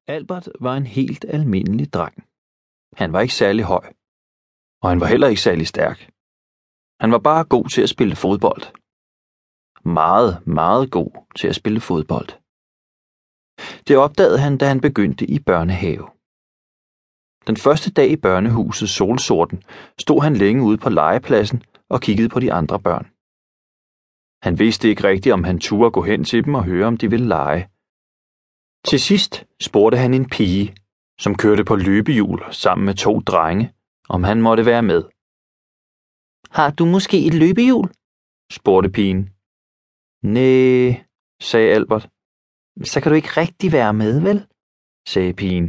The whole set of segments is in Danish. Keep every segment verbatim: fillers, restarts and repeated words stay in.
Albert var en helt almindelig dreng. Han var ikke særlig høj, og han var heller ikke særlig stærk. Han var bare god til at spille fodbold. Meget, meget god til at spille fodbold. Det opdagede han, da han begyndte i børnehave. Den første dag i børnehuset Solsorten stod han længe ude på legepladsen og kiggede på de andre børn. Han vidste ikke rigtigt, om han turde gå hen til dem og høre, om de ville lege. Til sidst spurgte han en pige, som kørte på løbehjul sammen med to drenge, om han måtte være med. Har du måske et løbehjul? Spurgte pigen. Næh, sagde Albert. Så kan du ikke rigtig være med, vel? Sagde pigen.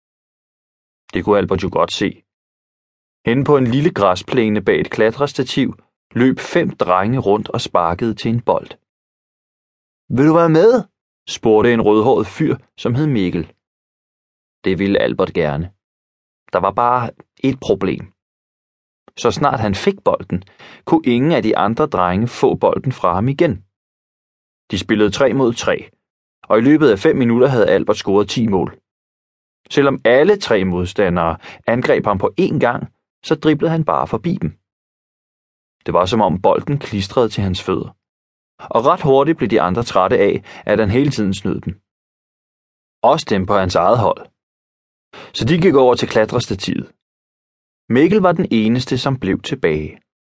Det kunne Albert jo godt se. Henne på en lille græsplæne bag et klatrestativ løb fem drenge rundt og sparkede til en bold. Vil du være med? Spurgte en rødhåret fyr, som hed Mikkel. Det ville Albert gerne. Der var bare et problem. Så snart han fik bolden, kunne ingen af de andre drenge få bolden fra ham igen. De spillede tre mod tre, og i løbet af fem minutter havde Albert scoret ti mål. Selvom alle tre modstandere angreb ham på én gang, så driblede han bare forbi dem. Det var som om bolden klistrede til hans fødder. Og ret hurtigt blev de andre trætte af, at han hele tiden snød dem. Også dem på hans eget hold. Så de gik over til klatrestativet. Mikkel var den eneste, som blev tilbage.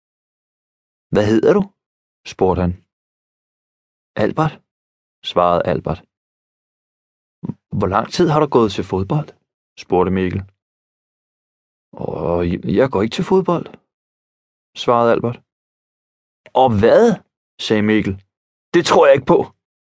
Hvad hedder du? Spurgte han. Albert, svarede Albert. Hvor lang tid har du gået til fodbold? Spurgte Mikkel. Åh, jeg går ikke til fodbold, svarede Albert. Og hvad? Sagde Mikkel. Det tror jeg ikke på.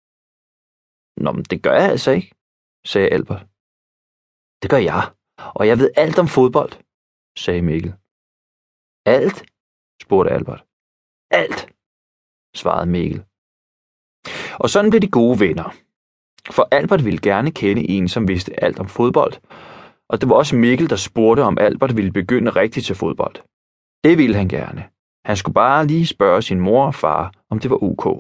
Nå, men det gør jeg altså ikke, sagde Albert. Det gør jeg, og jeg ved alt om fodbold, sagde Mikkel. Alt? Spurgte Albert. Alt, svarede Mikkel. Og sådan blev de gode venner. For Albert ville gerne kende en, som vidste alt om fodbold, og det var også Mikkel, der spurgte, om Albert ville begynde rigtigt til fodbold. Det ville han gerne. Han skulle bare lige spørge sin mor og far, om det var ok.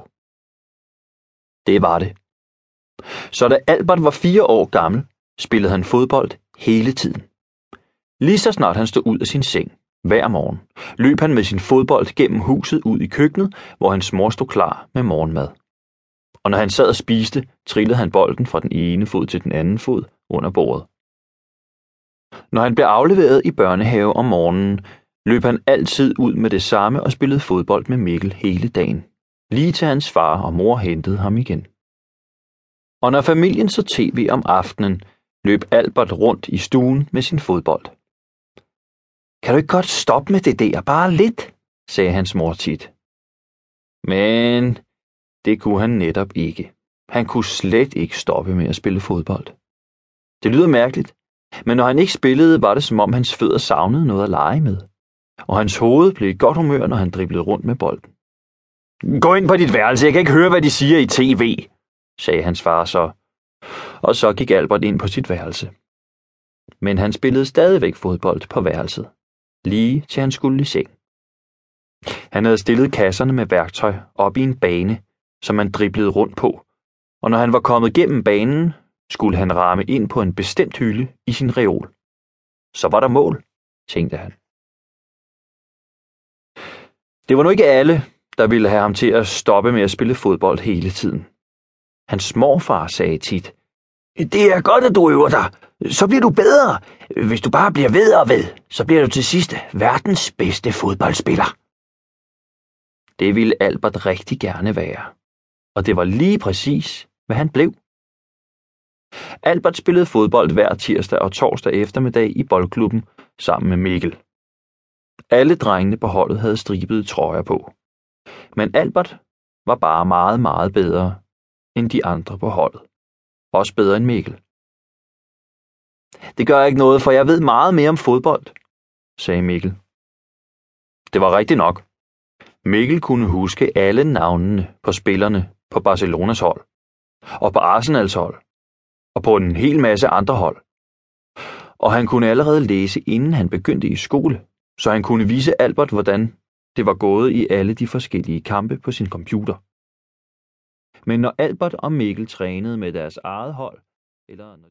Det var det. Så da Albert var fire år gammel, spillede han fodbold hele tiden. Lige så snart han stod ud af sin seng, hver morgen, løb han med sin fodbold gennem huset ud i køkkenet, hvor hans mor stod klar med morgenmad. Og når han sad og spiste, trillede han bolden fra den ene fod til den anden fod under bordet. Når han blev afleveret i børnehave om morgenen, løb han altid ud med det samme og spillede fodbold med Mikkel hele dagen, lige til hans far og mor hentede ham igen. Og når familien så tv om aftenen, løb Albert rundt i stuen med sin fodbold. Kan du ikke godt stoppe med det der, bare lidt, sagde hans mor tit. Men det kunne han netop ikke. Han kunne slet ikke stoppe med at spille fodbold. Det lyder mærkeligt, men når han ikke spillede, var det som om hans fødder savnede noget at lege med. Og hans hoved blev i godt humør, når han driblede rundt med bolden. Gå ind på dit værelse, jeg kan ikke høre, hvad de siger i tv, sagde hans far så. Og så gik Albert ind på sit værelse. Men han spillede stadigvæk fodbold på værelset, lige til han skulle i seng. Han havde stillet kasserne med værktøj op i en bane, som han driblede rundt på, og når han var kommet gennem banen, skulle han ramme ind på en bestemt hylde i sin reol. Så var der mål, tænkte han. Det var nu ikke alle, der ville have ham til at stoppe med at spille fodbold hele tiden. Hans morfar sagde tit, det er godt, at du øver dig. Så bliver du bedre. Hvis du bare bliver ved og ved, så bliver du til sidst verdens bedste fodboldspiller. Det ville Albert rigtig gerne være. Og det var lige præcis, hvad han blev. Albert spillede fodbold hver tirsdag og torsdag eftermiddag i boldklubben sammen med Mikkel. Alle drengene på holdet havde stribede trøjer på. Men Albert var bare meget, meget bedre end de andre på holdet. Også bedre end Mikkel. Det gør ikke noget, for jeg ved meget mere om fodbold, sagde Mikkel. Det var rigtigt nok. Mikkel kunne huske alle navnene på spillerne på Barcelonas hold, og på Arsenals hold, og på en hel masse andre hold. Og han kunne allerede læse, inden han begyndte i skole, så han kunne vise Albert, hvordan det var gået i alle de forskellige kampe på sin computer. Men når Albert og Mikkel trænede med deres eget hold, eller